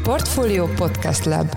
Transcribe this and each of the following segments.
Portfolio Podcast Lab.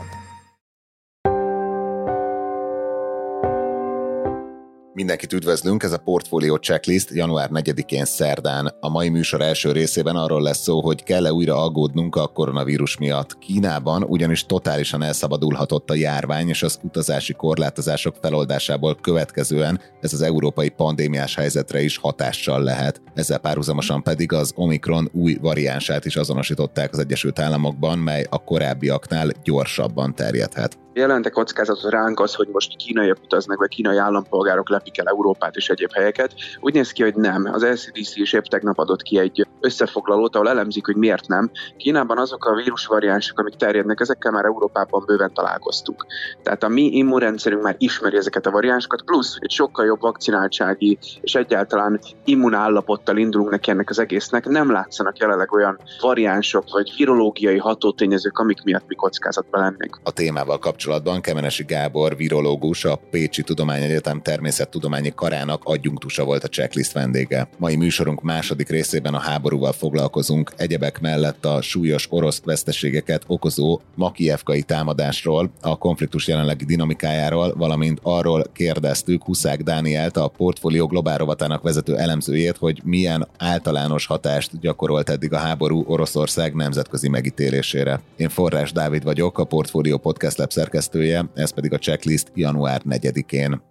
Mindenkit üdvözlünk, ez a Portfolio Checklist január 4-én szerdán. A mai műsor első részében arról lesz szó, hogy kell-e újra aggódnunk a koronavírus miatt. Kínában ugyanis totálisan elszabadulhatott a járvány, és az utazási korlátozások feloldásából következően ez az európai pandémiás helyzetre is hatással lehet. Ezzel párhuzamosan pedig az Omikron új variánsát is azonosították az Egyesült Államokban, mely a korábbiaknál gyorsabban terjedhet. Jelente kockázatot ránk az, hogy most kínaiak utaznak, vagy kínai állampolgárok lepik el Európát és egyéb helyeket. Úgy néz ki, hogy nem. Az LCDC is épp tegnap adott ki egy összefoglalót, ahol elemzik, hogy miért nem. Kínában azok a vírusvariánsok, amik terjednek, ezekkel már Európában bőven találkoztunk. Tehát a mi immunrendszerünk már ismeri ezeket a variánsokat, plusz egy sokkal jobb vakcináltsági és egyáltalán immunállapottal indulunk neki ennek az egésznek. Nem látszanak jelenleg olyan variánsok vagy virológiai hatótényezők, amik miatt mi kockázatban lennénk. A témával kapcsolatban Kemenesi Gábor virológus, a Pécsi Tudományegyetem természettudományi karának adjunktusa volt a checklist vendége. Mai műsorunk második részében a háborúval foglalkozunk, egyebek mellett a súlyos orosz veszteségeket okozó makijevkai támadásról, a konfliktus jelenlegi dinamikájáról, valamint arról kérdeztük Huszák Dánielt, a Portfolio Globál rovatának vezető elemzőjét, hogy milyen általános hatást gyakorolt eddig a háború Oroszország nemzetközi megítélésére. Én Forrás Dávid vagyok, a Portfolio Podcast Lab szerkesztője, ez pedig a checklist január 4-én.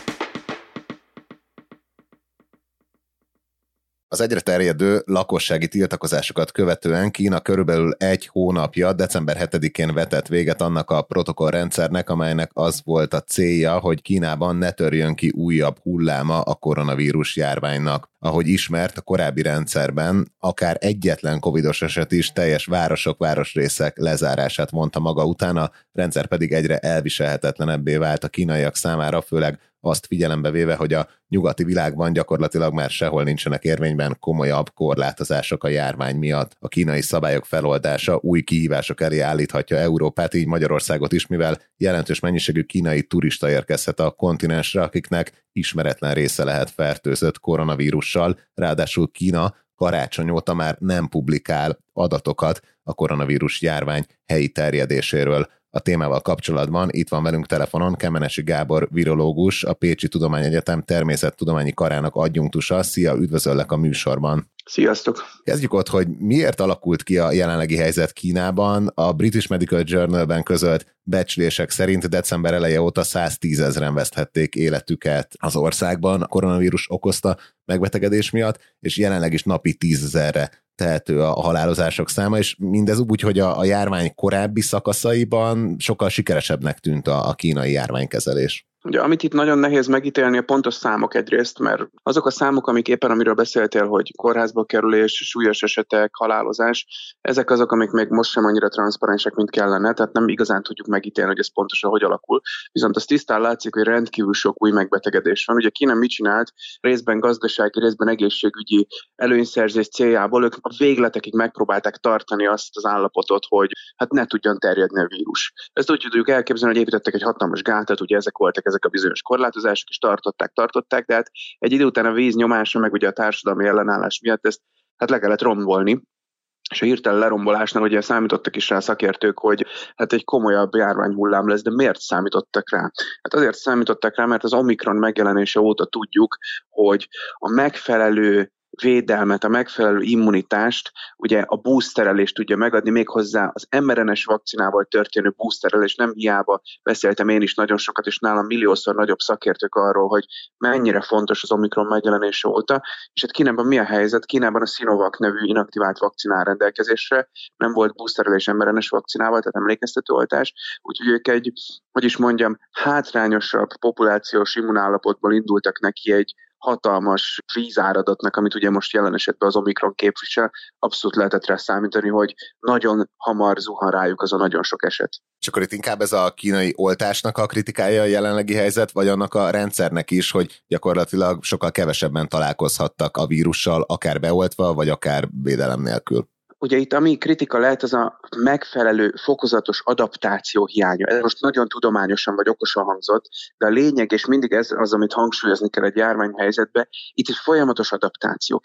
Az egyre terjedő lakossági tiltakozásokat követően Kína körülbelül egy hónapja, december 7-én vetett véget annak a protokollrendszernek, amelynek az volt a célja, hogy Kínában ne törjön ki újabb hulláma a koronavírus járványnak. Ahogy ismert, a korábbi rendszerben akár egyetlen covidos eset is teljes városok, városrészek lezárását mondta maga után, a rendszer pedig egyre elviselhetetlenebbé vált a kínaiak számára, főleg azt figyelembe véve, hogy a nyugati világban gyakorlatilag már sehol nincsenek érvényben komolyabb korlátozások a járvány miatt. A kínai szabályok feloldása új kihívások elé állíthatja Európát, így Magyarországot is, mivel jelentős mennyiségű kínai turista érkezhet a kontinensre, akiknek ismeretlen része lehet fertőzött koronavírussal, ráadásul Kína karácsony óta már nem publikál adatokat a koronavírus járvány helyi terjedéséről. A témával kapcsolatban itt van velünk telefonon Kemenesi Gábor virológus, a Pécsi Tudományegyetem természettudományi karának adjunktusa. Szia, üdvözöllek a műsorban! Sziasztok! Kezdjük ott, hogy miért alakult ki a jelenlegi helyzet Kínában. A British Medical Journal-ben közölt becslések szerint december eleje óta 110 000-en veszthették életüket az országban a koronavírus okozta megbetegedés miatt, és jelenleg is napi 10 000-re tehető a halálozások száma, és mindez úgy, hogy a járvány korábbi szakaszaiban sokkal sikeresebbnek tűnt a kínai járványkezelés. Ugye, amit itt nagyon nehéz megítélni, a pontos számok egyrészt, mert azok a számok, amik éppen amiről beszéltél, hogy kórházba kerülés, súlyos esetek, halálozás, ezek azok, amik még most sem annyira transzparensek, mint kellene, tehát nem igazán tudjuk megítélni, hogy ez pontosan hogy alakul. Viszont az tisztán látszik, hogy rendkívül sok új megbetegedés van. Ugye Kína mit csinált? Részben gazdasági, részben egészségügyi előnyszerzés céljából ők a végletekig megpróbálták tartani azt az állapotot, hogy hát ne tudjon terjedni a vírus. Ezt úgy tudjuk elképzelni, hogy építettek egy hatalmas gátat, ugye ezek voltak ezek a bizonyos korlátozások, és tartották, de hát egy idő után a víz nyomása, meg ugye a társadalmi ellenállás miatt ezt hát le kellett rombolni. És a hirtelen lerombolásnál ugye számítottak is rá szakértők, hogy hát egy komolyabb járványhullám lesz, de miért számítottak rá? Hát azért számítottak rá, mert az Omikron megjelenése óta tudjuk, hogy a megfelelő védelmet, a megfelelő immunitást, ugye a boosterelést tudja megadni, méghozzá az mRNA-s vakcinával történő boosterelés. Nem hiába beszéltem én is nagyon sokat, és nálam milliószor nagyobb szakértők arról, hogy mennyire fontos az Omikron megjelenése óta, és hát Kínában mi a helyzet? Kínában a Sinovac nevű inaktivált vakcinál rendelkezésre, nem volt boosterelés mRNA-s vakcinával, tehát emlékeztető oltás, úgyhogy ők egy, hátrányosabb populációs immunállapotból indultak neki egy hatalmas vízáradatnak, amit ugye most jelen esetben az Omikron képvisel, abszolút lehetett rá számítani, hogy nagyon hamar zuhan rájuk az a nagyon sok eset. És akkor itt inkább ez a kínai oltásnak a kritikája a jelenlegi helyzet, vagy annak a rendszernek is, hogy gyakorlatilag sokkal kevesebben találkozhattak a vírussal, akár beoltva, vagy akár védelem nélkül? Ugye itt ami kritika lehet, az a megfelelő fokozatos adaptáció hiánya. Ez most nagyon tudományosan vagy okosan hangzott, de a lényeg, és mindig ez az, amit hangsúlyozni kell egy járványhelyzetben, itt egy folyamatos adaptáció kell.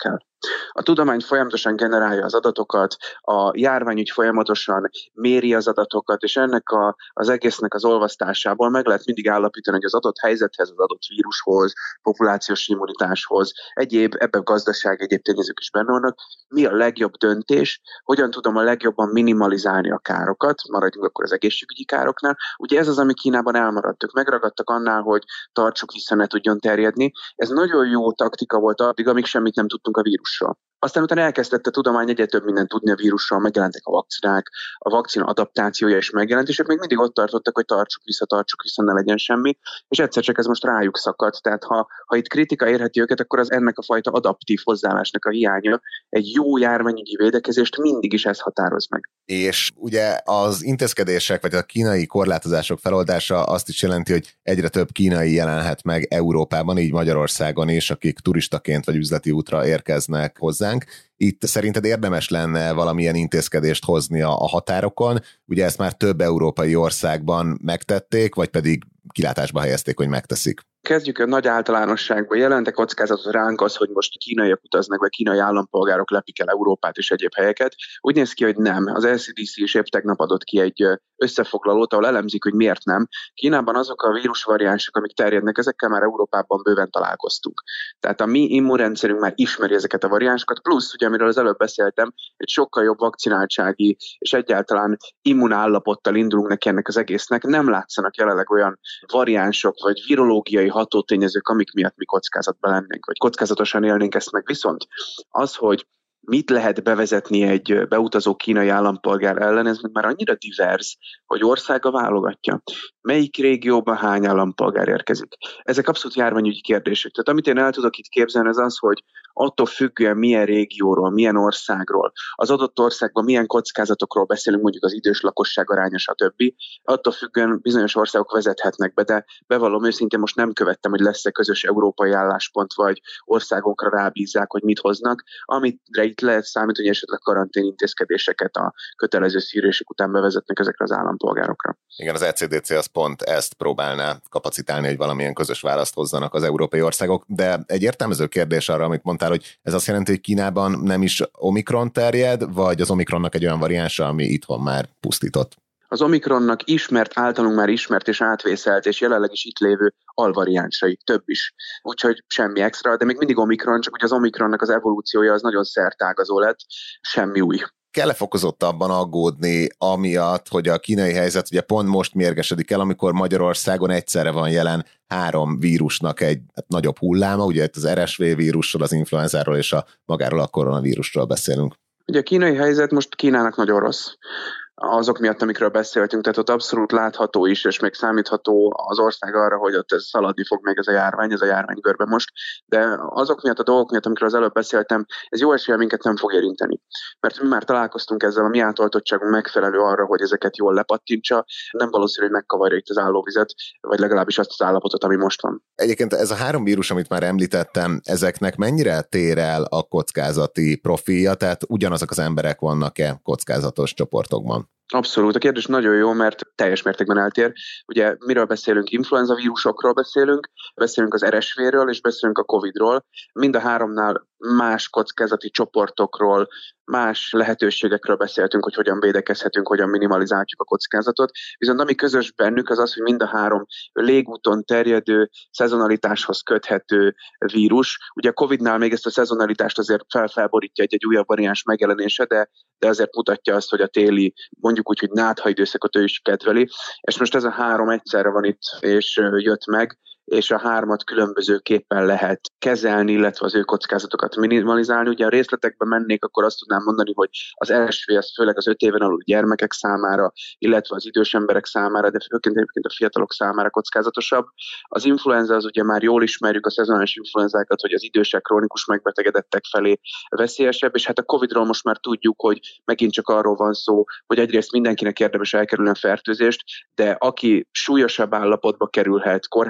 A tudomány folyamatosan generálja az adatokat, a járványügy folyamatosan méri az adatokat, és ennek az egésznek az olvasztásából meg lehet mindig állapítani, hogy az adott helyzethez, az adott vírushoz, populációs immunitáshoz, ebben gazdaság, egyéb tényezők is benne vannak, mi a legjobb döntés, hogyan tudom a legjobban minimalizálni a károkat, maradjunk akkor az egészségügyi károknál. Ugye ez az, ami Kínában elmaradtak, megragadtak annál, hogy tartsuk vissza, ne tudjon terjedni. Ez nagyon jó taktika volt addig, amíg semmit nem tudtunk a vírusról. Aztán utána elkezdett a tudomány egyre több mindent tudni a vírusról, megjelentek a vakcinák, a vakcina adaptációja is megjelent, és ők még mindig ott tartottak, hogy tartsuk vissza, ne legyen semmi, és egyszer csak ez most rájuk szakadt. Tehát ha itt kritika érheti őket, akkor az ennek a fajta adaptív hozzáállásnak a hiánya egy jó járványügyi védekezést mindig is ez határoz meg. És ugye az intézkedések, vagy a kínai korlátozások feloldása azt is jelenti, hogy egyre több kínai jelenhet meg Európában, így Magyarországon is, akik turistaként vagy üzleti útra érkeznek hozzánk. Itt szerinted érdemes lenne valamilyen intézkedést hozni a határokon? Ugye ezt már több európai országban megtették, vagy pedig kilátásba helyezték, hogy megteszik. Kezdjük a nagy általánosságban. Jelente kockázatot ránk az, hogy most kínaiak utaznak, vagy kínai állampolgárok lepik el Európát és egyéb helyeket. Úgy néz ki, hogy nem. Az LCDC is épp tegnap adott ki egy összefoglalót, ahol elemzik, hogy miért nem. Kínában azok a vírusvariánsok, amik terjednek, ezekkel már Európában bőven találkoztunk. Tehát a mi immunrendszerünk már ismeri ezeket a variánsokat, plusz, ugye, amiről az előbb beszéltem, egy sokkal jobb vakcináltsági és egyáltalán immunállapottal indulunk neki ennek az egésznek. Nem látszanak jelenleg olyan variánsok vagy virológiai hatótényezők, amik miatt mi kockázatban lennénk, vagy kockázatosan élnénk ezt meg. Viszont az, hogy mit lehet bevezetni egy beutazó kínai állampolgár ellen, ez már annyira divers, hogy országa válogatja. Melyik régióban hány állampolgár érkezik? Ezek abszolút járványügyi kérdések. Tehát amit én el tudok itt képzelni, az az, hogy attól függően milyen régióról, milyen országról, az adott országban milyen kockázatokról beszélünk, mondjuk az idős lakosság aránya, stb. Attól függően bizonyos országok vezethetnek be, de bevallom őszintén most nem követtem, hogy lesz-e közös európai álláspont, vagy országokra rábízzák, hogy mit hoznak, amire itt lehet számítani, hogy esetleg karantén intézkedéseket a kötelező szűrések után bevezetnek ezekre az állampolgárokra. Igen, az ECDC az pont ezt próbálná kapacitálni, hogy valamilyen közös választ hozzanak az európai országok, de egy értelmező kérdés arra, amit mondtál, hogy ez azt jelenti, hogy Kínában nem is Omikron terjed, vagy az Omikronnak egy olyan variánsa, ami itthon már pusztított? Az Omikronnak általunk már ismert és átvészelt, és jelenleg is itt lévő alvariánsai, több is. Úgyhogy semmi extra, de még mindig Omikron, csak ugye az Omikronnak az evolúciója az nagyon szertágazó lett, semmi új. Kell-e fokozottabban aggódni amiatt, hogy a kínai helyzet ugye pont most mérgesedik el, amikor Magyarországon egyszerre van jelen 3 vírusnak egy nagyobb hulláma, ugye itt az RSV vírusról, az influenzáról és magáról a koronavírusról beszélünk. Ugye a kínai helyzet most Kínának nagyon rossz. Azok miatt, amikről beszéltünk, tehát ott abszolút látható is, és még számítható az ország arra, hogy ott ez szaladni fog meg ez a járványgörbe most, de azok miatt a dolgok miatt, amikről az előbb beszéltem, ez jó eséllyel minket nem fog érinteni. Mert mi már találkoztunk ezzel, a mi átoltottságunk megfelelő arra, hogy ezeket jól lepattintsa, nem valószínű, hogy megkavarja itt az állóvizet, vagy legalábbis azt az állapotot, ami most van. Egyébként ez a 3 vírus, amit már említettem, ezeknek mennyire tér el a kockázati profilja, tehát ugyanazok az emberek vannak-e kockázatos csoportokban? Abszolút. A kérdés nagyon jó, mert teljes mértékben eltér. Ugye miről beszélünk? Influenza vírusokról beszélünk az RSV-ről és beszélünk a Covid-ról. Mind a 3-nál más kockázati csoportokról, más lehetőségekről beszéltünk, hogy hogyan védekezhetünk, hogyan minimalizáljuk a kockázatot. Viszont ami közös bennük az az, hogy mind a 3 légúton terjedő, szezonalitáshoz köthető vírus. Ugye a Covid-nál még ezt a szezonalitást azért felborítja egy újabb variáns megjelenése, de azért mutatja azt, hogy a téli, mondjuk úgy, hogy nátha időszakot ő is kedveli. És most ez a 3 egyszerre van itt, és jött meg, és a 3-at különbözőképpen lehet kezelni, illetve az ő kockázatokat minimalizálni. Ugye a részletekbe mennék, akkor azt tudnám mondani, hogy az RSV az főleg az 5 éven alul gyermekek számára, illetve az idős emberek számára, de főként egyébként a fiatalok számára kockázatosabb. Az influenza az ugye már jól ismerjük a szezonális influenzákat, hogy az idősek, krónikus megbetegedettek felé veszélyesebb, és hát a Covid-ról most már tudjuk, hogy megint csak arról van szó, hogy egyrészt mindenkinek érdemes elkerülni a fertőzést, de aki súlyosabb állapotba kerülhet, kórházba kerülhet,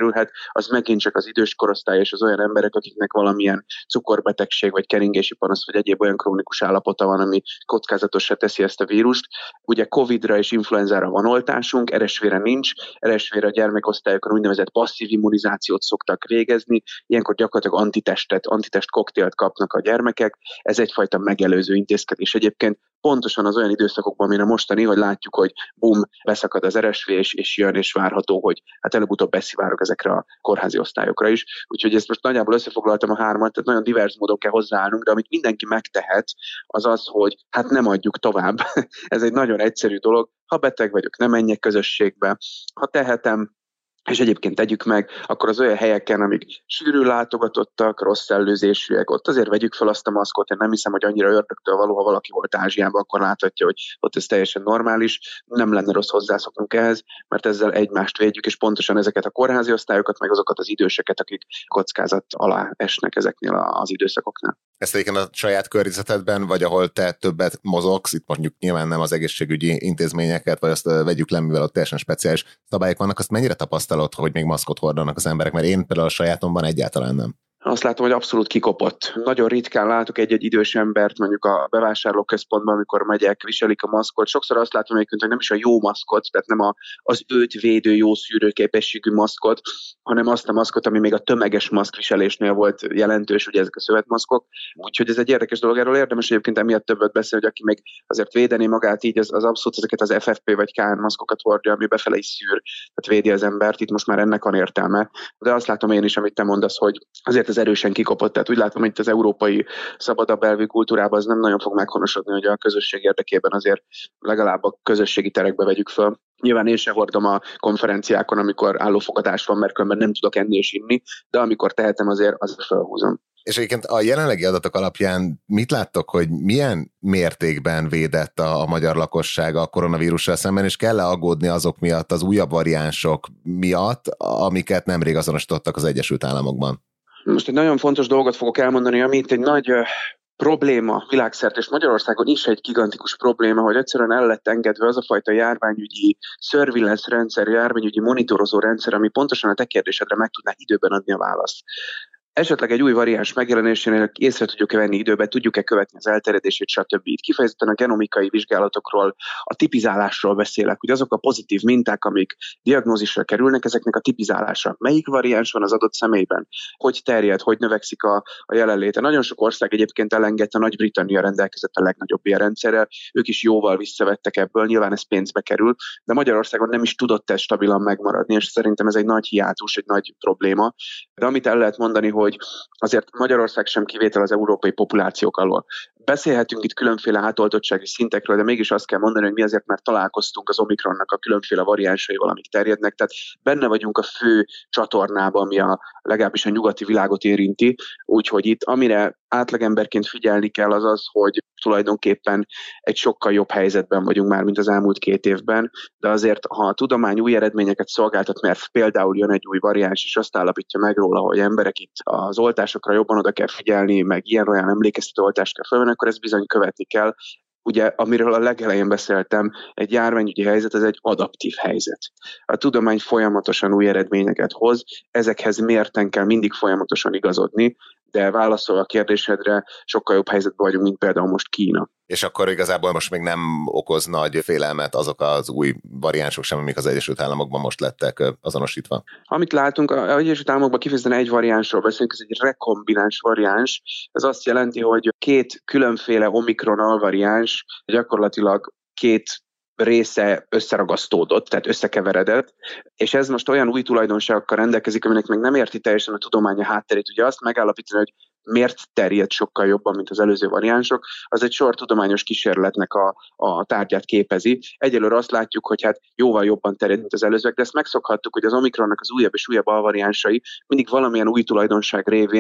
kerülhet, az megint csak az idős korosztály és az olyan emberek, akiknek valamilyen cukorbetegség, vagy keringési panasz, vagy egyéb olyan krónikus állapota van, ami kockázatosra teszi ezt a vírust. Ugye Covid-ra és influenzára van oltásunk, RSV-re nincs, RSV-re a gyermekosztályokon úgynevezett passzív immunizációt szoktak végezni, ilyenkor gyakorlatilag antitest koktélt kapnak a gyermekek, ez egyfajta megelőző intézkedés. Egyébként pontosan az olyan időszakokban, amire mostani, hogy látjuk, hogy beszakad az RSV, és jön, és várható, hogy hát előbb-utóbb beszivárog ezekre a kórházi osztályokra is. Úgyhogy ezt most nagyjából összefoglaltam a hármat, tehát nagyon divers módon kell hozzáállnunk, de amit mindenki megtehet, az az, hogy hát nem adjuk tovább. Ez egy nagyon egyszerű dolog. Ha beteg vagyok, nem menjek közösségbe. Ha tehetem, és egyébként tegyük meg, akkor az olyan helyeken, amik sűrűn látogatottak, rossz szellőzésűek, ott azért vegyük fel azt a maszkot. Én nem hiszem, hogy annyira ördögtől való, ha valaki volt Ázsiában, akkor láthatja, hogy ott ez teljesen normális. Nem lenne rossz hozzászoknunk ehhez, mert ezzel egymást védjük, és pontosan ezeket a kórházi osztályokat, meg azokat az időseket, akik kockázat alá esnek ezeknél az időszakoknál. Ezt egyébként a saját környezetedben, vagy ahol te többet mozogsz, itt mondjuk nyilván nem az egészségügyi intézményeket, vagy azt vegyük le, mivel ott teljesen speciális szabályok vannak, azt mennyire tapasztalod, hogy még maszkot hordanak az emberek, mert én például a sajátomban egyáltalán nem. Azt látom, hogy abszolút kikopott. Nagyon ritkán látok egy-egy idős embert, mondjuk a bevásárlóközpontban, amikor megyek, viselik a maszkot. Sokszor azt látom egyébként, hogy nem is a jó maszkot, tehát nem az őt védő, jó szűrőképességű maszkot, hanem azt a maszkot, ami még a tömeges maszkviselésnél volt jelentős, ugye ezek a szövetmaszkok. Úgyhogy ez egy érdekes dolog, erről érdemes egyébként emiatt többet beszélni, hogy aki még azért védené magát így, az abszolút ezeket az FFP vagy KN maszkokat hordja, ami befele is szűr, tehát védi az embert. Itt most már ennek van értelme. De azt látom én is, amit te mondasz, hogy azért ez erősen kikopott, tehát úgy látom, hogy itt az európai szabadabb elvű kultúrában az nem nagyon fog meghonosodni, hogy a közösség érdekében azért legalább a közösségi terekbe vegyük föl. Nyilván én se hordom a konferenciákon, amikor állófogadás van, mert különben nem tudok enni és inni, de amikor tehetem, azért felhúzom. És egyébként a jelenlegi adatok alapján mit láttok, hogy milyen mértékben védett a magyar lakosság a koronavírussal szemben, és kell-e aggódni azok miatt, az újabb variánsok miatt, amiket nemrég azonosítottak az Egyesült Államokban? Most egy nagyon fontos dolgot fogok elmondani, ami itt egy nagy probléma világszerte, és Magyarországon is egy gigantikus probléma, hogy egyszerűen el lett engedve az a fajta járványügyi surveillance rendszer, járványügyi monitorozó rendszer, ami pontosan a te kérdésedre meg tudná időben adni a választ. Esetleg egy új variáns megjelenésénél észre tudjuk-e venni időben, tudjuk-e követni az elterjedését, stb. Itt kifejezetten a genomikai vizsgálatokról, a tipizálásról beszélek, hogy azok a pozitív minták, amik diagnózisra kerülnek, ezeknek a tipizálása. Melyik variáns van az adott személyben? Hogy terjed, hogy növekszik a jelenléte? Nagyon sok ország egyébként elengedte, Nagy-Britannia rendelkezett a legnagyobb ilyen rendszerrel, ők is jóval visszavettek ebből, nyilván ez pénzbe kerül, de Magyarországon nem is tudott ez stabilan megmaradni, és szerintem ez egy nagy hiátus, egy nagy probléma. De amit el lehet mondani, hogy azért Magyarország sem kivétel az európai populációk alól. Beszélhetünk itt különféle átoltottsági szintekről, de mégis azt kell mondani, hogy mi azért már találkoztunk az Omikronnak a különféle variánsaival, amik terjednek, tehát benne vagyunk a fő csatornában, ami legalábbis a nyugati világot érinti, úgyhogy itt amire átlagemberként figyelni kell az az, hogy tulajdonképpen egy sokkal jobb helyzetben vagyunk már, mint az elmúlt 2 évben, de azért, ha a tudomány új eredményeket szolgáltat, mert például jön egy új variáns, és azt állapítja meg róla, hogy emberek itt az oltásokra jobban oda kell figyelni, meg ilyen-olyan emlékeztető oltást kell felvenni, akkor ezt bizony követni kell. Ugye, amiről a legelején beszéltem, egy járványügyi helyzet, ez egy adaptív helyzet. A tudomány folyamatosan új eredményeket hoz, ezekhez mérten kell mindig folyamatosan igazodni, de válaszolva a kérdésedre, sokkal jobb helyzetben vagyunk, mint például most Kína. És akkor igazából most még nem okoz nagy félelmet azok az új variánsok sem, amik az Egyesült Államokban most lettek azonosítva? Amit látunk, az Egyesült Államokban kifejezetten egy variánsról beszélünk, ez egy rekombináns variáns. Ez azt jelenti, hogy 2 különféle Omikron alvariáns gyakorlatilag 2 része összeragasztódott, tehát összekeveredett, és ez most olyan új tulajdonságokkal rendelkezik, aminek még nem érti teljesen a tudomány a hátterét. Ugye azt megállapítani, hogy miért terjed sokkal jobban, mint az előző variánsok, az egy sor tudományos kísérletnek a tárgyát képezi. Egyelőre azt látjuk, hogy hát jóval jobban terjed, mint az előzőek, de ezt megszokhattuk, hogy az Omikronnak az újabb és újabb alvariánsai mindig valamilyen új tulajdonság révén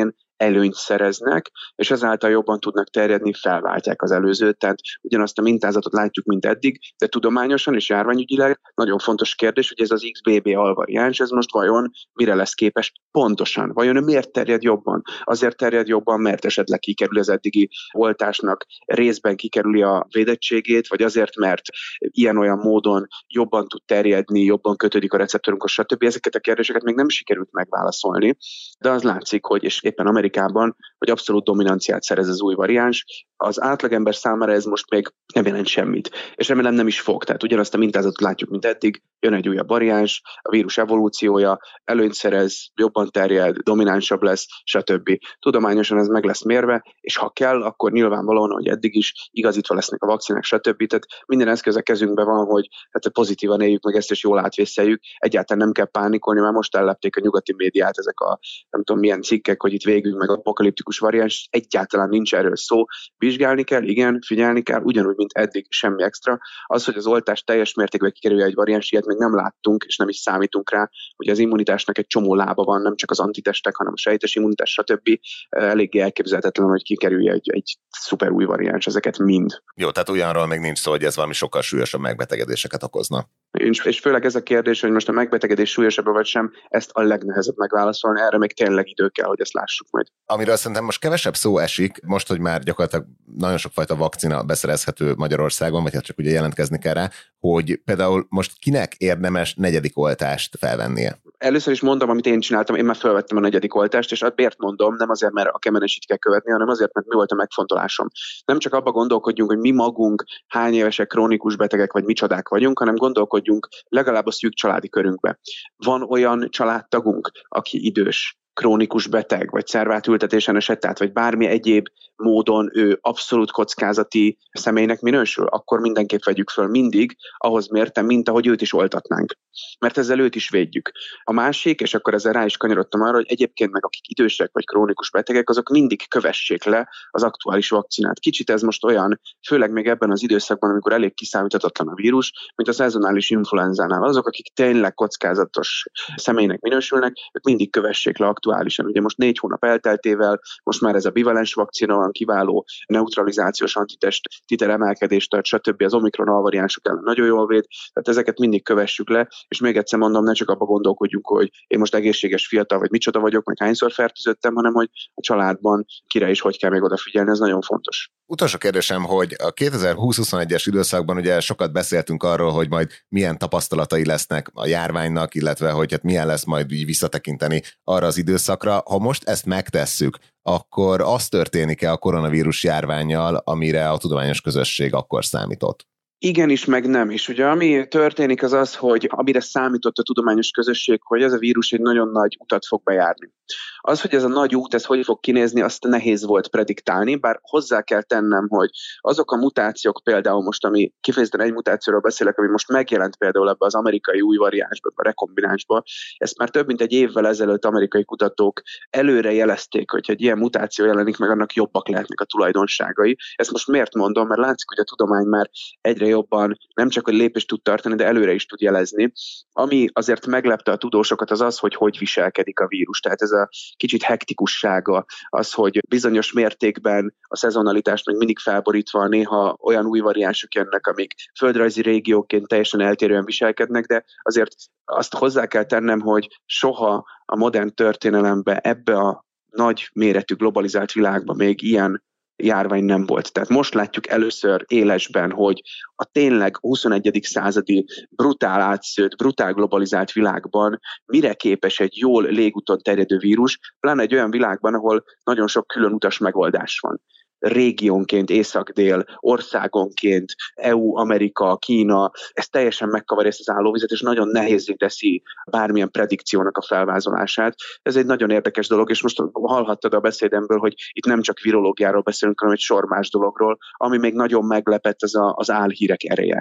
előnyt szereznek, és ezáltal jobban tudnak terjedni, felváltják az előzőt, tehát ugyanazt a mintázatot látjuk, mint eddig, de tudományosan és járványügyileg nagyon fontos kérdés, hogy ez az XBB alvariáns, ez most vajon mire lesz képes pontosan? Vajon miért terjed jobban? Azért terjed jobban, mert esetleg kikerül az eddigi oltásnak, részben kikerüli a védettségét, vagy azért, mert ilyen-olyan módon jobban tud terjedni, jobban kötődik a receptorunkhoz, stb. Ezeket a kérdéseket még nem sikerült megválaszolni, de az látszik, hogy és éppen Amerikában, hogy abszolút dominanciát szerez az új variáns. Az átlagember számára ez most még nem jelent semmit, és remélem nem is fog. Tehát ugyanazt a mintázatot látjuk, mint eddig, jön egy újabb variáns, a vírus evolúciója, előnyt szerez, jobban terjed, dominánsabb lesz, stb. Tudományosan ez meg lesz mérve, és ha kell, akkor nyilvánvalóan, hogy eddig is igazítva lesznek a vakcinák, stb. Tehát minden eszköz a kezünkben van, hogy hát pozitívan éljük meg ezt, és jól átvészeljük. Egyáltalán nem kell pánikolni, mert most ellepték a nyugati médiát ezek a nem tudom milyen cikkek, hogy itt végünk meg apokaliptikus variáns, egyáltalán nincs erről szó. Vizsgálni kell, igen, figyelni kell, ugyanúgy, mint eddig, semmi extra. Az, hogy az oltás teljes mértékben kikerülje egy variáns, ilyet még nem láttunk, és nem is számítunk rá, hogy az immunitásnak egy csomó lába van, nem csak az antitestek, hanem a sejtes immunitás, stb. Eléggé elképzelhetetlen, hogy kikerülje egy szuper új variáns, ezeket mind. Jó, tehát olyanról még nincs szó, hogy ez valami sokkal súlyosabb megbetegedéseket okozna. És főleg ez a kérdés, hogy most a megbetegedés súlyosabb vagy sem, ezt a legnehezebb megválaszolni, erre még tényleg idő kell, hogy ezt lássuk majd. Amiről szerintem most kevesebb szó esik, most, hogy már gyakorlatilag nagyon sokfajta vakcina beszerezhető Magyarországon, vagy hát csak ugye jelentkezni kell rá, hogy például most kinek érdemes negyedik oltást felvennie? Először is mondom, amit én csináltam, én már felvettem a negyedik oltást, és miért mondom, nem azért, mert a kemenesít kell követni, hanem azért, mert mi volt a megfontolásom. Nem csak abba gondolkodjunk, hogy mi magunk hány évesek, krónikus betegek vagy micsodák vagyunk, hanem gondolkodjunk legalább a szűk családi körünkbe. Van olyan családtagunk, aki idős, krónikus beteg, vagy szervátültetésen esett át, vagy bármi egyéb módon ő abszolút kockázati személynek minősül, akkor mindenképp vegyük föl mindig, ahhoz mértem, mint ahogy őt is oltatnánk. Mert ezzel őt is védjük. A másik, és akkor ezzel rá is kanyarodtam arra, hogy egyébként meg akik idősek vagy krónikus betegek, azok mindig kövessék le az aktuális vakcinát. Kicsit ez most olyan, főleg még ebben az időszakban, amikor elég kiszámíthatatlan a vírus, mint a szezonális influenzánál. Azok, akik tényleg kockázatos személynek minősülnek, ők mindig kövessék le aktuálisan. Ugye most 4 hónap elteltével, most már ez a bivalens vakcina van, kiváló neutralizációs antitest titer emelkedést tart, stb. Az omikron alvariánsok ellen nagyon jól véd, tehát ezeket mindig kövessük le, és még egyszer mondom, ne csak abba gondolkodjunk, hogy én most egészséges fiatal vagy micsoda vagyok, meg hányszor fertőzöttem, hanem hogy a családban kire is hogy kell még odafigyelni, ez nagyon fontos. Utolsó kérdésem, hogy a 2020-21-es időszakban ugye sokat beszéltünk arról, hogy majd milyen tapasztalatai lesznek a járványnak, illetve hogy hát milyen lesz majd így visszatekinteni arra az időszakra. Ha most ezt megtesszük, akkor az történik-e a koronavírus járvánnyal, amire a tudományos közösség akkor számított? Igenis, meg nem is. Ugye ami történik az az, hogy amire számított a tudományos közösség, hogy ez a vírus egy nagyon nagy utat fog bejárni. Az, hogy ez a nagy út, ez hogy fog kinézni, azt nehéz volt prediktálni, bár hozzá kell tennem, hogy azok a mutációk például most, ami kifejezetten egy mutációról beszélek, ami most megjelent például ebbe az amerikai új variánsba, a rekombinánsba, ezt már több mint egy évvel ezelőtt amerikai kutatók előre jelezték, hogy egy ilyen mutáció jelenik meg, annak jobbak lehetnek a tulajdonságai. Ezt most miért mondom? Mert látszik, hogy a tudomány már egyre jobban nem csak, hogy lépést tud tartani, de előre is tud jelezni. Ami azért meglepte a tudósokat, az az, hogy viselkedik a vírus. Tehát ez a kicsit hektikussága, az, hogy bizonyos mértékben a szezonalitást még mindig felborítva, néha olyan új variánsok jönnek, amik földrajzi régióként teljesen eltérően viselkednek, de azért azt hozzá kell tennem, hogy soha a modern történelemben ebbe a nagy méretű globalizált világban még ilyen járvány nem volt. Tehát most látjuk először élesben, hogy a tényleg 21. századi brutál átszőtt, brutál globalizált világban mire képes egy jól légúton terjedő vírus, pláne egy olyan világban, ahol nagyon sok külön utas megoldás van. Régiónként, észak-dél, országonként, EU, Amerika, Kína, ez teljesen megkavarja ezt az állóvizet, és nagyon nehézzé teszi bármilyen predikciónak a felvázolását. Ez egy nagyon érdekes dolog, és most hallhattad a beszédemből, hogy itt nem csak virológiáról beszélünk, hanem egy sor más dologról, ami még nagyon meglepett, az álhírek ereje.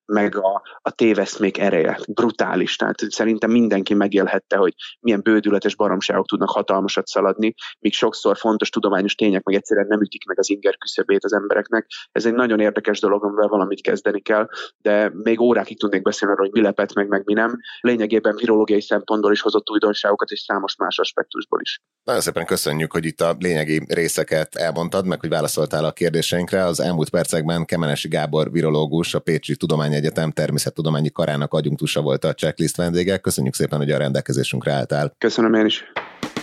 meg a téveszmék ereje brutális. Tehát szerintem mindenki megélhette, hogy milyen bődületes baromságok tudnak hatalmasat szaladni, míg sokszor fontos tudományos tények meg egyszerűen nem ütik meg az inger küszöbét az embereknek. Ez egy nagyon érdekes dolog, amivel valamit kezdeni kell, de még órákig tudnék beszélni arról, hogy mi lepett meg mi nem. Lényegében virológiai szempontból is hozott újdonságokat, és számos más aspektusból is. Nagyon szépen köszönjük, hogy itt a lényegi részeket elmondtad, meg hogy válaszoltál a kérdéseinkre. Az elmúlt percekben Kemenesi Gábor virológus, a Pécsi Tudományegyetem természettudományi karának adjunktusa volt a checklist vendége. Köszönjük szépen, hogy a rendelkezésünkre álltál. Köszönöm én is.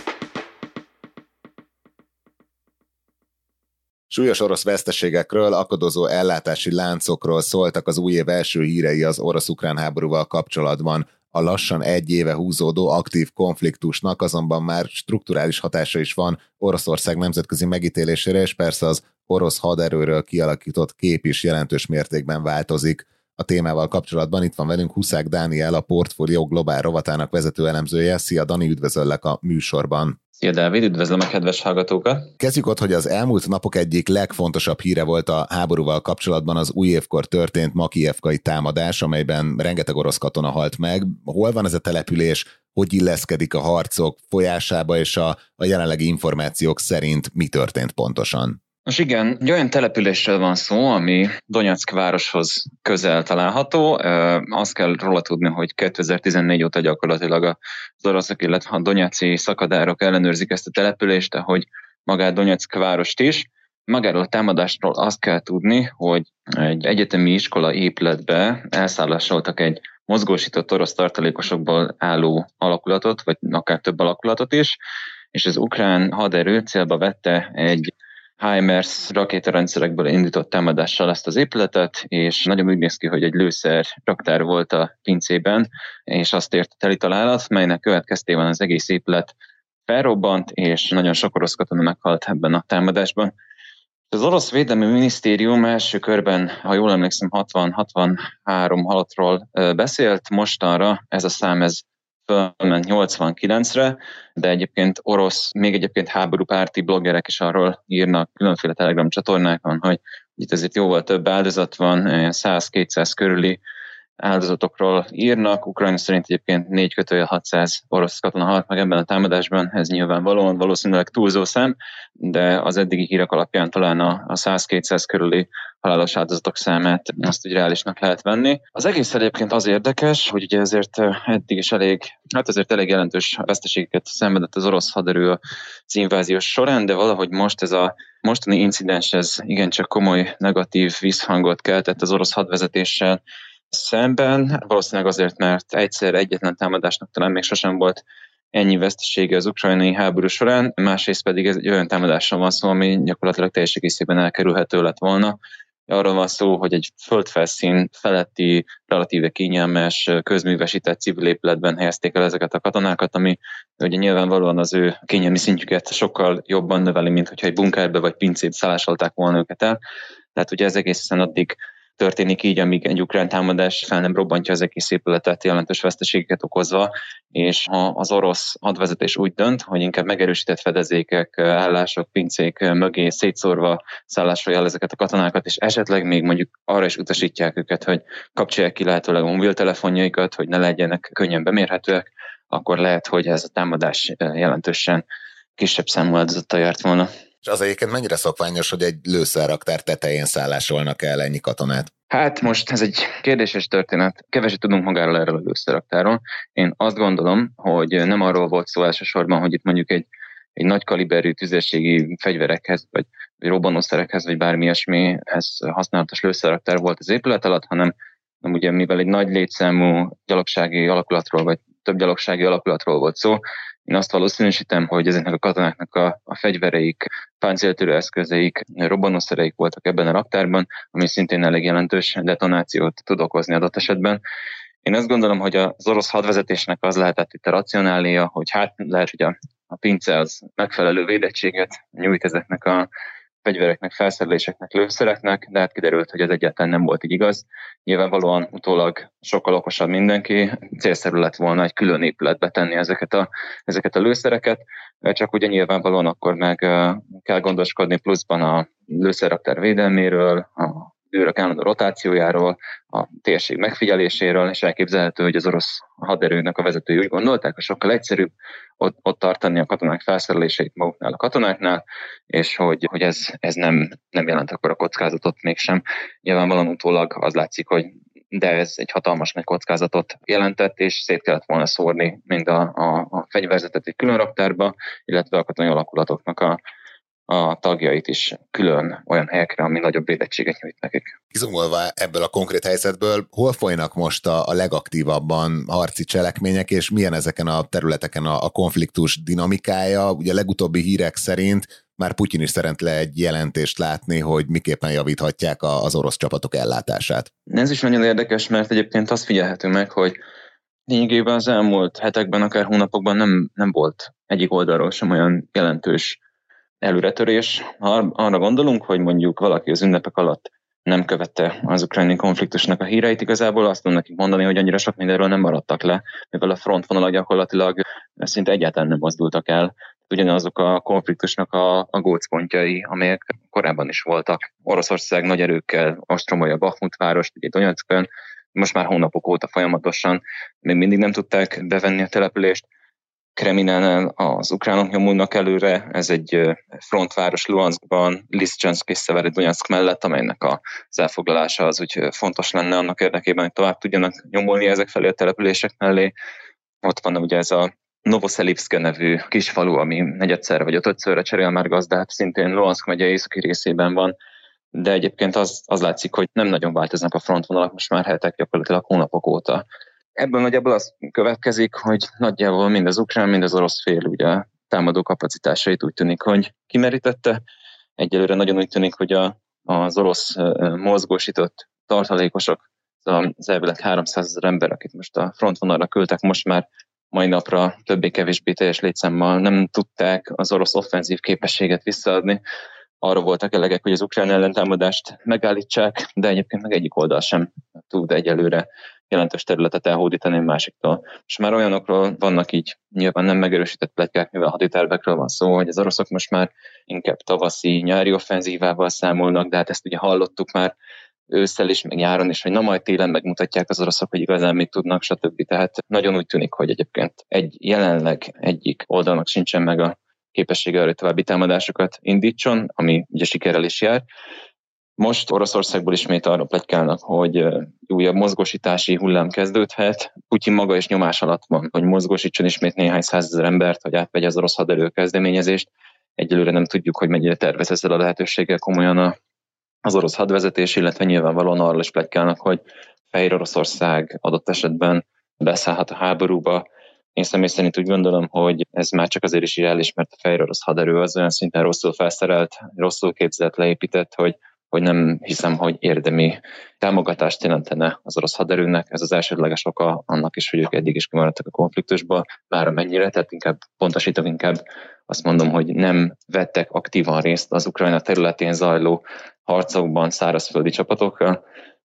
Súlyos orosz veszteségekről, akadozó ellátási láncokról szóltak az új év első hírei az orosz-ukrán háborúval kapcsolatban. A lassan egy éve húzódó aktív konfliktusnak azonban már strukturális hatása is van Oroszország nemzetközi megítélésére, és persze az orosz haderőről kialakított kép is jelentős mértékben változik. A témával kapcsolatban itt van velünk Huszák Dániel, a Portfolio Globál rovatának vezető elemzője. Szia Dani, üdvözöllek a műsorban. Szia Dávid, üdvözlöm a kedves hallgatókat! Kezdjük ott, hogy az elmúlt napok egyik legfontosabb híre volt a háborúval kapcsolatban az új évkor történt Makijevkai támadás, amelyben rengeteg orosz katona halt meg. Hol van ez a település, hogy illeszkedik a harcok folyásába, és a jelenlegi információk szerint mi történt pontosan? Most igen, egy olyan településről van szó, ami Donyeck városhoz közel található. Azt kell róla tudni, hogy 2014 óta gyakorlatilag az oroszok, illetve a donyeci szakadárok ellenőrzik ezt a települést, ahogy magát Donyeck várost is. Magáról a támadásról azt kell tudni, hogy egy egyetemi iskola épületbe elszállásoltak egy mozgósított orosz tartalékosokból álló alakulatot, vagy akár több alakulatot is, és az ukrán haderő célba vette egy HIMARS rakétarendszerekből indított támadással ezt az épületet, és nagyon úgy néz ki, hogy egy lőszer raktár volt a pincében, és azt ért teli találat, melynek következtében az egész épület felrobbant, és nagyon sok orosz katona meghalt ebben a támadásban. Az orosz védelmi minisztérium első körben, ha jól emlékszem, 60-63 halottról beszélt, mostanra ez a szám fölment 89-re, de egyébként még egyébként háborúpárti bloggerek is arról írnak különféle Telegram csatornákon, hogy itt azért jóval több áldozat van, 100-200 körüli áldozatokról írnak. Ukrajna szerint egyébként 4-600 orosz katona halt meg ebben a támadásban, ez nyilvánvalóan valószínűleg túlzó szám, de az eddigi hírek alapján talán a 100-200 körüli halálos áldozatok számát azt úgy reálisnak lehet venni. Az egész egyébként az érdekes, hogy ugye ezért eddig is elég jelentős veszteségeket szenvedett az orosz haderő az inváziós során, de valahogy most ez a mostani incidens ez igencsak komoly negatív visszhangot keltett az orosz hadvezetéssel szemben, valószínűleg azért, mert egyetlen támadásnak talán még sosem volt ennyi vesztesége az ukrajnai háború során, másrészt pedig ez egy olyan támadásról van szó, ami gyakorlatilag teljes egészében elkerülhető lett volna. Arról van szó, hogy egy földfelszín feletti, relatíve kényelmes, közművesített civil épületben helyezték el ezeket a katonákat, ami ugye nyilvánvalóan az ő kényelmi szintjüket sokkal jobban növeli, mint hogyha egy bunkerbe vagy pincébe szállásolták volna őket el. Tehát ugye ez egészen addig történik így, amíg egy ukrán támadás fel nem robbantja az egész épületet, jelentős veszteségeket okozva, és ha az orosz hadvezetés úgy dönt, hogy inkább megerősített fedezékek, állások, pincék mögé szétszórva szállásolja el ezeket a katonákat, és esetleg még mondjuk arra is utasítják őket, hogy kapcsolják ki lehetőleg a mobiltelefonjaikat, hogy ne legyenek könnyen bemérhetőek, akkor lehet, hogy ez a támadás jelentősen kisebb számú áldozattal járt volna. És az egyébként mennyire szokványos, hogy egy lőszerraktár tetején szállásolnak el ennyi katonát? Hát most ez egy kérdéses történet. Keveset tudunk magáról erről a lőszerraktáról. Én azt gondolom, hogy nem arról volt szó elsősorban, hogy itt mondjuk egy nagy kaliberű tüzérségi fegyverekhez, vagy robbanószerekhez, vagy bármi ilyesmihez használatos lőszerraktár volt az épület alatt, hanem ugye mivel egy nagy létszámú gyalogsági alakulatról, vagy több gyalogsági alakulatról volt szó, én azt valószínűsítem, hogy ezeknek a katonáknak a fegyvereik, páncéltörő eszközeik, robbanószereik voltak ebben a raktárban, ami szintén elég jelentős detonációt tud okozni adott esetben. Én azt gondolom, hogy az orosz hadvezetésnek az lehetett itt a racionália, hogy hát lehet, hogy a pince az megfelelő védettséget nyújt ezeknek a fegyvereknek, felszereléseknek, lőszereknek, de hát kiderült, hogy ez egyáltalán nem volt így igaz. Nyilvánvalóan utólag sokkal okosabb mindenki, célszerű lett volna egy külön épületbe tenni ezeket a lőszereket, csak ugye nyilvánvalóan akkor meg kell gondoskodni pluszban a lőszerraktár védelméről, a űrök állandó rotációjáról, a térség megfigyeléséről, és elképzelhető, hogy az orosz haderőnek a vezetői úgy gondolták, hogy sokkal egyszerűbb ott tartani a katonák felszereléseit maguknál a katonáknál, és hogy ez nem jelent akkor a kockázatot mégsem. Nyilvánvalóan utólag az látszik, hogy de ez egy hatalmas nagy kockázatot jelentett, és szét kellett volna szórni mind a fegyverzetet egy külön raktárba, illetve a katonai alakulatoknak a tagjait is külön olyan helyekre, ami nagyobb védettséget nyújt nekik. Kizumolva ebből a konkrét helyzetből, hol folynak most a legaktívabban harci cselekmények, és milyen ezeken a területeken a konfliktus dinamikája? Ugye a legutóbbi hírek szerint már Putyin is szeret le egy jelentést látni, hogy miképpen javíthatják az orosz csapatok ellátását. Ez is nagyon érdekes, mert egyébként azt figyelhető meg, hogy lényegében az elmúlt hetekben, akár hónapokban nem volt egyik oldalról sem olyan jelentős előretörés. Ha arra gondolunk, hogy mondjuk valaki az ünnepek alatt nem követte az ukrajnai konfliktusnak a híreit, igazából azt tudom nekik mondani, hogy annyira sok mindenről nem maradtak le, mivel a frontvonalak gyakorlatilag szinte egyáltalán nem mozdultak el. Ugyanazok a konfliktusnak a gócpontjai, amelyek korábban is voltak. Oroszország nagy erőkkel ostromolja Bahmut várost, ugye Donyeckön, most már hónapok óta folyamatosan még mindig nem tudták bevenni a települést. Kreminánál az ukránok nyomulnak előre, ez egy frontváros Luhanskban, Liszcsanszk és Szeverodonyeck mellett, amelynek az elfoglalása az úgy fontos lenne annak érdekében, hogy tovább tudjanak nyomulni ezek felé a települések mellé. Ott van ugye ez a Novoszelivszke nevű kisfalu, ami negyedszer vagy ötödszörre cserél már gazdát, szintén Luhansk megye északi részében van, de egyébként az látszik, hogy nem nagyon változnak a frontvonalak most már hetek, gyakorlatilag hónapok óta. Ebből nagyjából az következik, hogy nagyjából mind az ukrán, mind az orosz fél ugye támadó kapacitásait úgy tűnik, hogy kimerítette. Egyelőre nagyon úgy tűnik, hogy az orosz mozgósított tartalékosok, az elvileg 300 000 ember, akit most a frontvonalra küldtek, most már mai napra többé-kevésbé teljes létszámmal nem tudták az orosz offenzív képességet visszaadni. Arra voltak elegek, hogy az ukrán ellentámadást megállítsák, de egyébként meg egyik oldal sem tud egyelőre jelentős területet elhódítani a másiktól. És már olyanokról vannak így nyilván nem megerősített pletykák, mivel haditervekről van szó, hogy az oroszok most már inkább tavaszi, nyári offenzívával számolnak, de hát ezt ugye hallottuk már ősszel is, meg nyáron is, hogy na majd télen megmutatják az oroszok, hogy igazán mit tudnak, stb. Tehát nagyon úgy tűnik, hogy egyébként jelenleg egyik oldalnak sincsen meg a képessége arra, hogy további támadásokat indítson, ami ugye sikerrel is jár. Most Oroszországból ismét arra pletykálnak, hogy újabb mozgósítási hullám kezdődhet. Putyin maga is nyomás alatt van, hogy mozgósítson ismét néhány százezer embert, hogy átvegye az orosz haderő kezdeményezést. Egyelőre nem tudjuk, hogy mennyire tervez ezzel a lehetőséggel komolyan az orosz hadvezetés, illetve nyilvánvalóan arról is pletykálnak, hogy Fehér Oroszország adott esetben beszállhat a háborúba. Én személy szerint úgy gondolom, hogy ez már csak azért is irreális, mert a fehér orosz haderő az olyan szinten rosszul felszerelt, rosszul képzelt, leépített, hogy nem hiszem, hogy érdemi támogatást jelentene az orosz haderőnek. Ez az elsődleges oka annak is, hogy ők eddig is kimaradtak a konfliktusba, már amennyire, tehát inkább azt mondom, hogy nem vettek aktívan részt az Ukrajna területén zajló harcokban szárazföldi csapatokkal,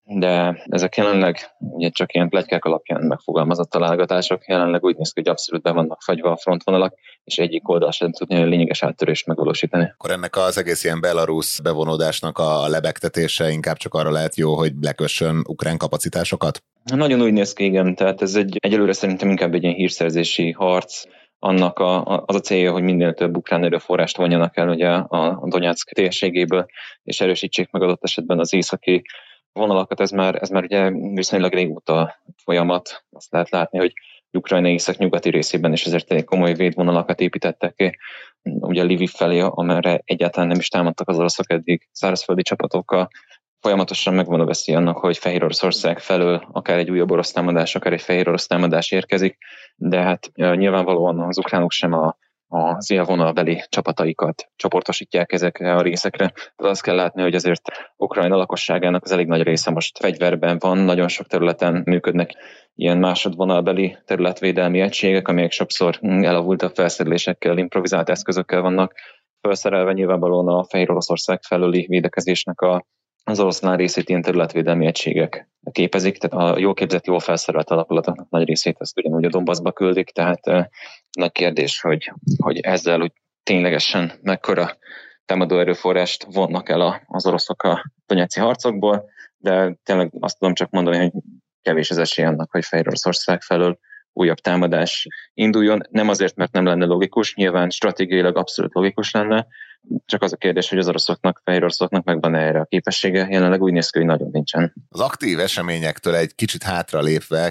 de ezek jelenleg ugye csak ilyen pletykák alapján megfogalmazott találgatások, jelenleg úgy néz ki, hogy abszolút be vannak fagyva a frontvonalak, és egyik oldal sem tudni a lényeges áttörést megvalósítani. Akkor ennek az egész ilyen belarusz bevonódásnak a lebegtetése inkább csak arra lehet jó, hogy lekössön ukrán kapacitásokat? Nagyon úgy néz ki, igen, tehát ez egyelőre szerintem inkább egy ilyen hírszerzési harc, annak az a célja, hogy minél több ukrán erőforrást vonjanak el ugye a Donyeck térségéből, és erősítsék meg adott esetben az északi vonalakat. Ez már ugye viszonylag régóta folyamat. Azt lehet látni, hogy Ukrajna észak-nyugati részében is ezért egy komoly védvonalakat építettek ki. Ugye Lviv felé, amerre egyáltalán nem is támadtak az oroszok eddig szárazföldi csapatokkal. Folyamatosan megvan a veszély annak, hogy Fehér Oroszország felől akár egy újabb orosz támadás, akár egy fehér orosz támadás érkezik, de hát nyilvánvalóan az ukránok sem az élvonalbeli csapataikat csoportosítják ezekre a részekre. De azt kell látni, hogy azért Ukrajna lakosságának az elég nagy része most fegyverben van, nagyon sok területen működnek ilyen másodvonalbeli területvédelmi egységek, amelyek sokszor elavultabb felszerelésekkel, improvizált eszközökkel vannak felszerelve, nyilvánvalóan a Fehér Oroszország felüli védekezésnek az oroszlán részét ilyen területvédelmi egységek képezik, tehát a jól képzett, jól felszerelt alakulatoknak nagy részét ezt ugyanúgy a Donbassba küldik, tehát nagy kérdés, hogy ezzel úgy ténylegesen mekkora támadó erőforrást vonnak el az oroszok a donyeci harcokból, de tényleg azt tudom csak mondani, hogy kevés az esély annak, hogy Fehéroroszország felől újabb támadás induljon. Nem azért, mert nem lenne logikus, nyilván stratégiailag abszolút logikus lenne, csak az a kérdés, hogy az oroszoknak, Fehéroroszoknak megvan erre a képessége, jelenleg úgy néz ki, hogy nagyon nincsen. Az aktív eseményektől egy kicsit hátra lépve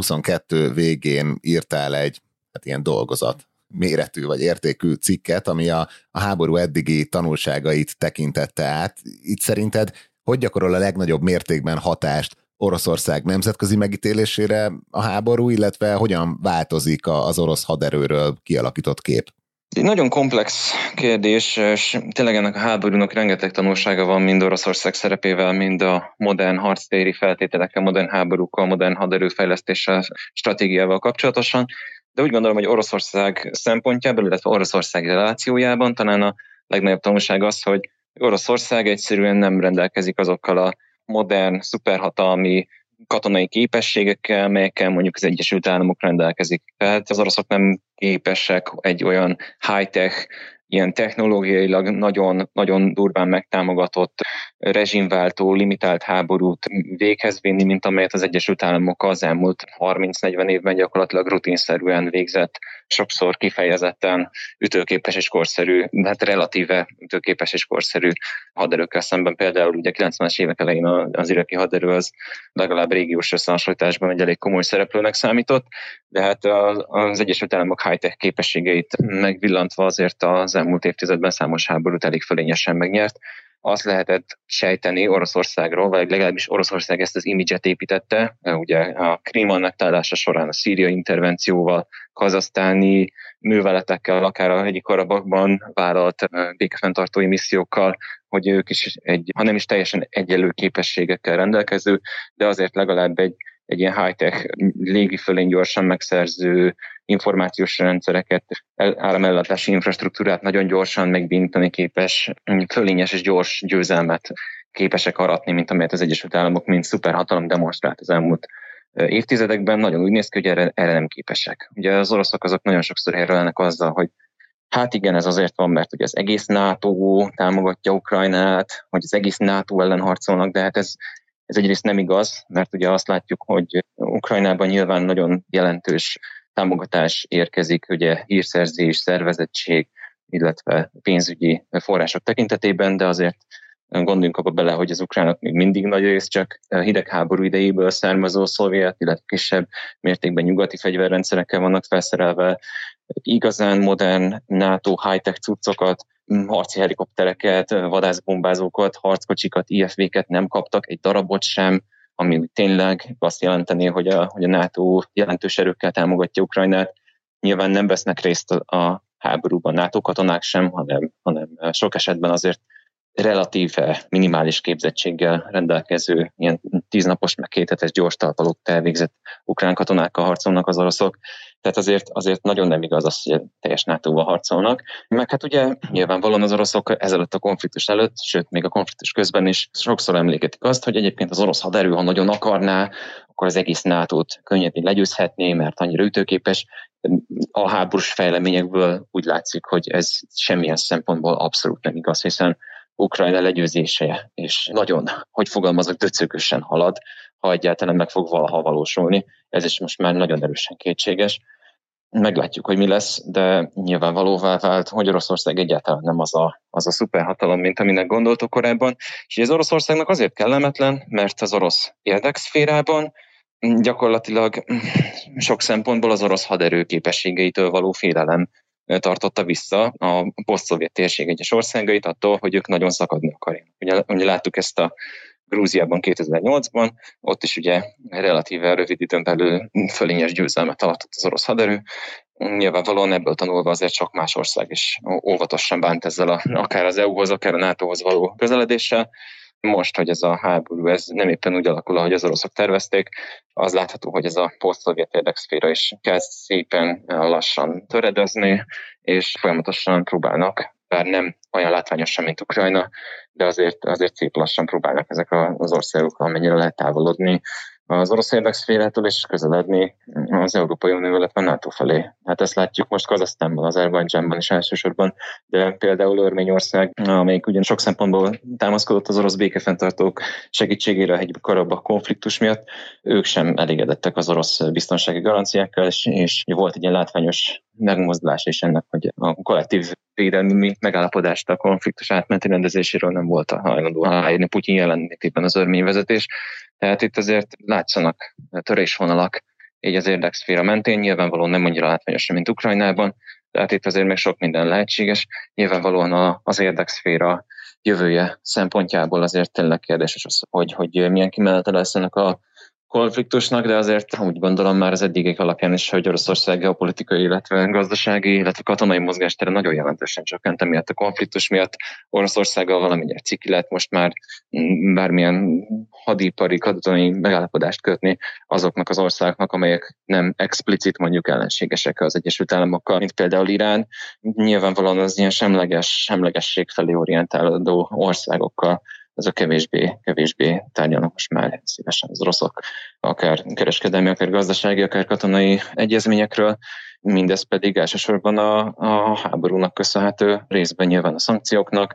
2022 végén írtál egy ilyen dolgozat méretű vagy értékű cikket, ami a háború eddigi tanulságait tekintette át. Itt szerinted hogy gyakorol a legnagyobb mértékben hatást Oroszország nemzetközi megítélésére a háború, illetve hogyan változik az orosz haderőről kialakított kép? Egy nagyon komplex kérdés, és tényleg ennek a háborúnak rengeteg tanulsága van mind Oroszország szerepével, mind a modern harctéri feltételekkel, modern háborúkkal, modern haderőfejlesztéssel, stratégiával kapcsolatosan. De úgy gondolom, hogy Oroszország szempontjából, illetve Oroszország relációjában talán a legnagyobb tanulság az, hogy Oroszország egyszerűen nem rendelkezik azokkal a modern, szuperhatalmi katonai képességekkel, melyekkel mondjuk az Egyesült Államok rendelkezik. Tehát az oroszok nem képesek egy olyan high-tech, ilyen technológiailag nagyon, nagyon durván megtámogatott, rezsimváltó, limitált háborút véghez vinni, mint amelyet az Egyesült Államok az elmúlt 30-40 évben gyakorlatilag rutinszerűen végzett, sokszor kifejezetten ütőképes és korszerű, hát relatíve ütőképes és korszerű haderőkkel szemben. Például ugye 90-es évek elején az iraki haderő az legalább régiós összehasonlításban egy elég komoly szereplőnek számított, de hát az Egyesült Államok high-tech képességeit megvillantva azért az elmúlt évtizedben számos háborút elég fölényesen megnyert. Azt lehetett sejteni Oroszországról, vagy legalábbis Oroszország ezt az imidzset építette, ugye a Krím annektálása során a szíriai intervencióval, kazahsztáni műveletekkel, akár a hegyi Karabakban vállalt békefenntartói missziókkal, hogy ők is ha nem is teljesen egyenlő képességekkel rendelkező, de azért legalább egy ilyen high-tech, légifölény gyorsan megszerző információs rendszereket, áramellátási infrastruktúrát nagyon gyorsan megbintani képes, fölényes és gyors győzelmet képesek aratni, mint amelyet az Egyesült Államok mint szuperhatalom demonstrált az elmúlt évtizedekben. Nagyon úgy néz ki, hogy erre nem képesek. Ugye az oroszok azok nagyon sokszor érvelnek azzal, hogy hát igen, ez azért van, mert ugye az egész NATO támogatja Ukrajnát, hogy az egész NATO ellen harcolnak, de hát ez egyrészt nem igaz, mert ugye azt látjuk, hogy Ukrajnában nyilván nagyon jelentős támogatás érkezik, ugye hírszerzés, szervezettség, illetve pénzügyi források tekintetében, de azért gondoljunk abba bele, hogy az ukránok még mindig nagy rész csak hidegháború idejéből származó szovjet, illetve kisebb mértékben nyugati fegyverrendszerekkel vannak felszerelve, igazán modern NATO high-tech cuccokat, harci helikoptereket, vadászbombázókat, harckocsikat, IFV-ket nem kaptak, egy darabot sem, ami tényleg azt jelenteni, hogy a NATO jelentős erőkkel támogatja Ukrajnát. Nyilván nem vesznek részt a háborúban NATO katonák sem, hanem sok esetben azért relatíve minimális képzettséggel rendelkező, ilyen 10 napos, meg 2 hetes gyors talpalót elvégzett ukrán katonákkal harcolnak az oroszok. Tehát azért nagyon nem igaz az, hogy teljes NATO-val harcolnak. Meg hát ugye nyilvánvalóan az oroszok ezelőtt a konfliktus előtt, sőt még a konfliktus közben is sokszor emlékezik azt, hogy egyébként az orosz haderő, ha nagyon akarná, akkor az egész NATO-t könnyedén legyőzhetné, mert annyira ütőképes. A háborús fejleményekből úgy látszik, hogy ez semmilyen szempontból abszolút nem igaz, hiszen Ukrajna legyőzése, és nagyon, hogy fogalmazok, döcögösen halad, ha egyáltalán meg fog valaha valósulni. Ez is most már nagyon erősen kétséges. Meglátjuk, hogy mi lesz, de nyilvánvalóvá vált, hogy Oroszország egyáltalán nem az a szuperhatalom, mint aminek gondoltuk korábban. És ez Oroszországnak azért kellemetlen, mert az orosz érdekszférában gyakorlatilag sok szempontból az orosz haderő képességeitől való félelem tartotta vissza a posztszovjet térség egyes országait attól, hogy ők nagyon szakadni akarják. Ugye láttuk ezt a Grúziában 2008-ban, ott is ugye relatíve rövid időn belül fölényes győzelmet tartott az orosz haderő. Nyilvánvalóan ebből tanulva azért sok más ország is óvatosan bánt ezzel akár az EU-hoz, akár a NATO-hoz való közeledéssel. Most, hogy ez a háború ez nem éppen úgy alakul, ahogy az oroszok tervezték, az látható, hogy ez a posztszovjet érdekszféra is kezd szépen lassan töredezni, és folyamatosan próbálnak, bár nem olyan látványosan, mint Ukrajna, de azért szép lassan próbálnak ezek az országok amennyire lehet távolodni az orosz érdekszférától és közeledni az Európai Unió, illetve NATO felé. Hát ezt látjuk most Kazahsztánban, Azerbajdzsánban is elsősorban, de például Örményország, amelyik ugyan sok szempontból támaszkodott az orosz békefenntartók segítségére a Hegyi-Karabah konfliktus miatt, ők sem elégedettek az orosz biztonsági garanciákkal, és volt egy ilyen látványos megmozdulás is ennek, hogy a kollektív védelmi megállapodást a konfliktus átmeneti rendezéséről nem volt hajlandó aláírni Putyin jelenlétében az örmény vezetés. Tehát itt azért látszanak törésvonalak így az érdekszféra mentén, nyilvánvalóan nem annyira látványosan, mint Ukrajnában, tehát itt azért még sok minden lehetséges. Nyilvánvalóan az érdekszféra jövője szempontjából azért tényleg kérdéses az, hogy milyen kimenete lesz ennek a konfliktusnak, de azért úgy gondolom már az eddigek alapján is, hogy Oroszország geopolitikai, illetve gazdasági, illetve katonai mozgástere nagyon jelentősen csökkent emiatt a konfliktus miatt. Oroszországgal valamennyire ciki lett most már bármilyen hadipari, katonai megállapodást kötni azoknak az országoknak, amelyek nem explicit mondjuk ellenségesek az Egyesült Államokkal, mint például Irán. Nyilvánvalóan az ilyen semlegesség felé orientálódó országokkal azok kevésbé tárgyalnak most már szívesen az oroszok, akár kereskedelmi, akár gazdasági, akár katonai egyezményekről. Mindez pedig elsősorban a háborúnak köszönhető, részben nyilván a szankcióknak,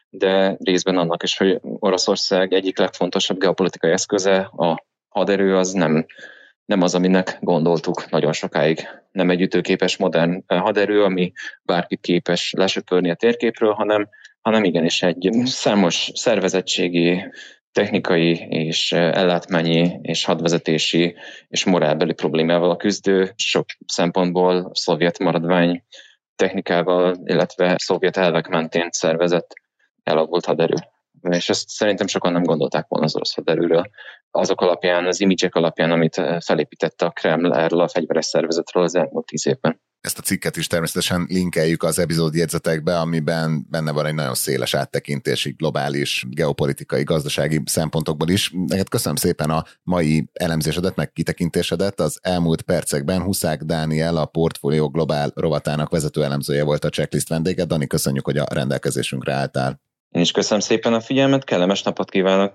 de részben annak is, hogy Oroszország egyik legfontosabb geopolitikai eszköze, a haderő, az nem az, aminek gondoltuk nagyon sokáig. Nem egy ütőképes modern haderő, ami bárkit képes lesöpörni a térképről, hanem igenis egy számos szervezettségi, technikai és ellátmányi és hadvezetési és morálbeli problémával küzdő, sok szempontból szovjet maradvány technikával, illetve szovjet elvek mentén szervezett elavult haderő. És ezt szerintem sokan nem gondolták volna az orosz haderőről. Azok alapján, az imidzsek alapján, amit felépítette a Kreml erről a fegyveres szervezetről az elmúlt 10 évben. Ezt a cikket is természetesen linkeljük az epizód jegyzetekbe, amiben benne van egy nagyon széles áttekintési, globális, geopolitikai, gazdasági szempontokból is. Neked köszönöm szépen a mai elemzésedet, meg kitekintésedet. Az elmúlt percekben Huszák Dániel, a Portfolio Globál rovatának vezető elemzője volt a Checklist vendége. Dani, köszönjük, hogy a rendelkezésünkre álltál. Én is köszönöm szépen a figyelmet, kellemes napot kívánok!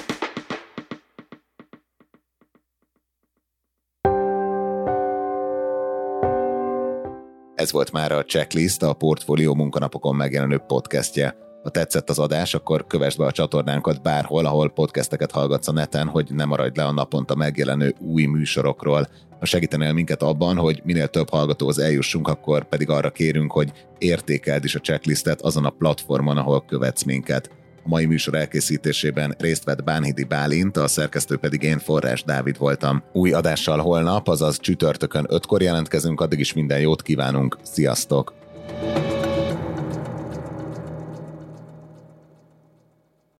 Ez volt már a Checklist, a Portfolio munkanapokon megjelenő podcastje. Ha tetszett az adás, akkor kövesd be a csatornánkat bárhol, ahol podcasteket hallgatsz a neten, hogy ne maradj le a naponta megjelenő új műsorokról. Ha segítenél minket abban, hogy minél több hallgatóhoz eljussunk, akkor pedig arra kérünk, hogy értékeld is a Checklistet azon a platformon, ahol követsz minket. A mai műsor elkészítésében részt vett Bánhidi Bálint, a szerkesztő pedig én, Forrás Dávid voltam. Új adással holnap, azaz csütörtökön 5-kor jelentkezünk, addig is minden jót kívánunk, sziasztok!